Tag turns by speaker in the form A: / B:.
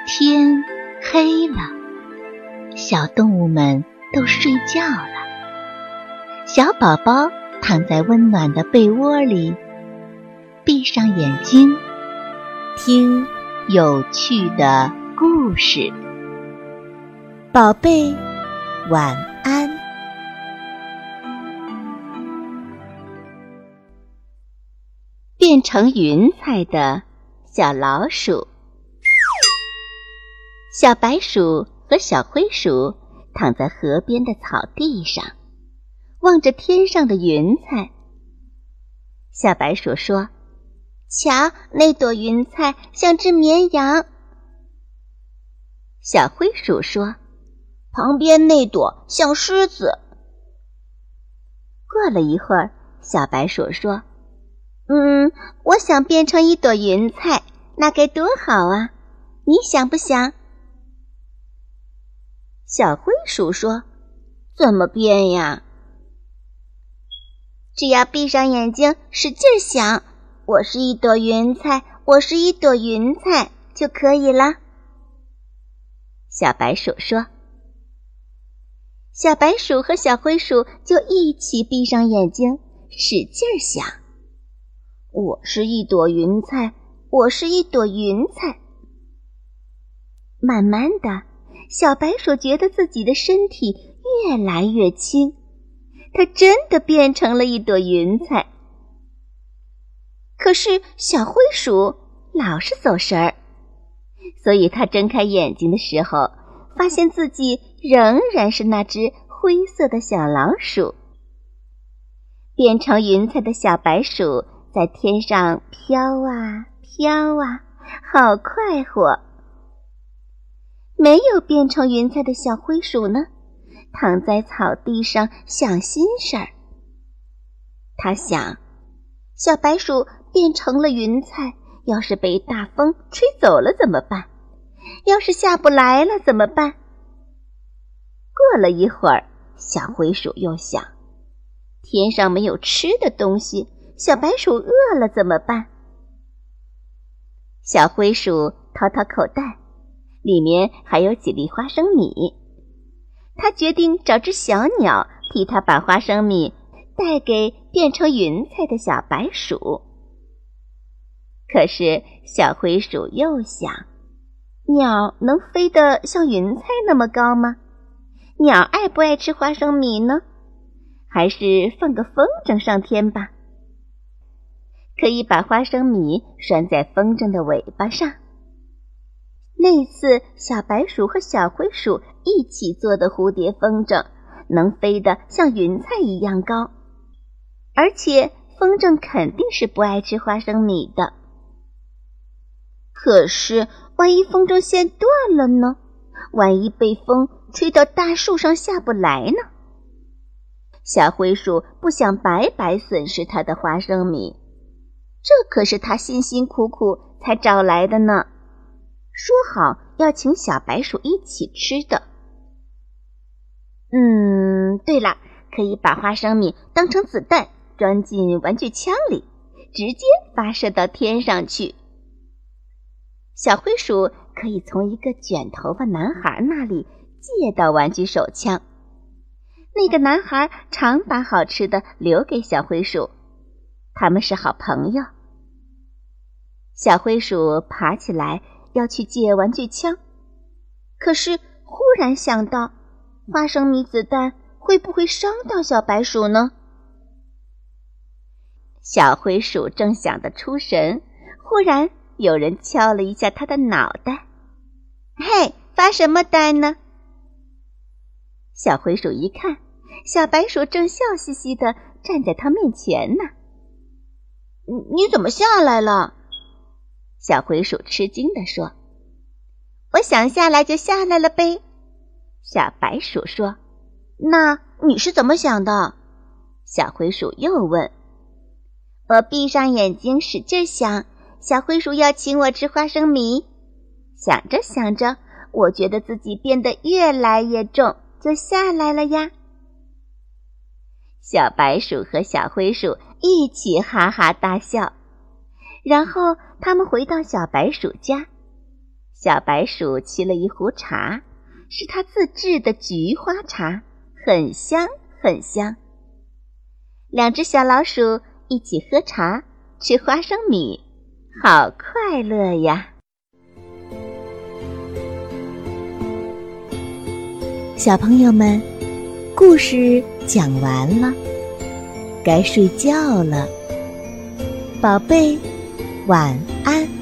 A: 天黑了，小动物们都睡觉了。小宝宝躺在温暖的被窝里，闭上眼睛，听有趣的故事。宝贝，晚安。变成云彩的小老鼠。小白鼠和小灰鼠躺在河边的草地上，望着天上的云彩。小白鼠说：“瞧，那朵云彩像只绵羊。”小灰鼠说：“旁边那朵像狮子。”过了一会儿，小白鼠说：“我想变成一朵云彩，那该多好啊！你想不想？”小灰鼠说：“怎么变呀？”只要闭上眼睛，使劲想，我是一朵云彩，我是一朵云彩就可以了。小白鼠说。小白鼠和小灰鼠就一起闭上眼睛，使劲想，我是一朵云彩，我是一朵云彩。慢慢的，小白鼠觉得自己的身体越来越轻，它真的变成了一朵云彩。可是小灰鼠老是走神儿，所以它睁开眼睛的时候，发现自己仍然是那只灰色的小老鼠。变成云彩的小白鼠在天上飘啊飘啊，好快活。没有变成云彩的小灰鼠呢，躺在草地上想心事儿。他想，小白鼠变成了云彩，要是被大风吹走了怎么办？要是下不来了怎么办？过了一会儿，小灰鼠又想，天上没有吃的东西，小白鼠饿了怎么办？小灰鼠掏掏口袋，里面还有几粒花生米。他决定找只小鸟替他把花生米带给变成云彩的小白鼠。可是小灰鼠又想，鸟能飞得像云彩那么高吗？鸟爱不爱吃花生米呢？还是放个风筝上天吧，可以把花生米拴在风筝的尾巴上。那次小白鼠和小灰鼠一起做的蝴蝶风筝能飞得像云彩一样高，而且风筝肯定是不爱吃花生米的。可是万一风筝线断了呢？万一被风吹到大树上下不来呢？小灰鼠不想白白损失它的花生米，这可是它辛辛苦苦才找来的呢。说好要请小白鼠一起吃的。对了，可以把花生米当成子弹装进玩具枪里，直接发射到天上去。小灰鼠可以从一个卷头发男孩那里借到玩具手枪，那个男孩常把好吃的留给小灰鼠，他们是好朋友。小灰鼠爬起来要去借玩具枪，可是忽然想到，花生米子弹会不会伤到小白鼠呢？小灰鼠正想得出神，忽然有人敲了一下他的脑袋。嘿，发什么呆呢？小灰鼠一看，小白鼠正笑嘻嘻地站在他面前呢。你怎么下来了？小灰鼠吃惊地说。我想下来就下来了呗。小白鼠说。那你是怎么想的？小灰鼠又问。我闭上眼睛使劲想，小灰鼠要请我吃花生米。想着想着，我觉得自己变得越来越重，就下来了呀。小白鼠和小灰鼠一起哈哈大笑，然后他们回到小白鼠家。 小白鼠沏了一壶茶，是它自制的菊花茶，很香很香。两只小老鼠一起喝茶，吃花生米，好快乐呀！小朋友们，故事讲完了，该睡觉了，宝贝，晚安。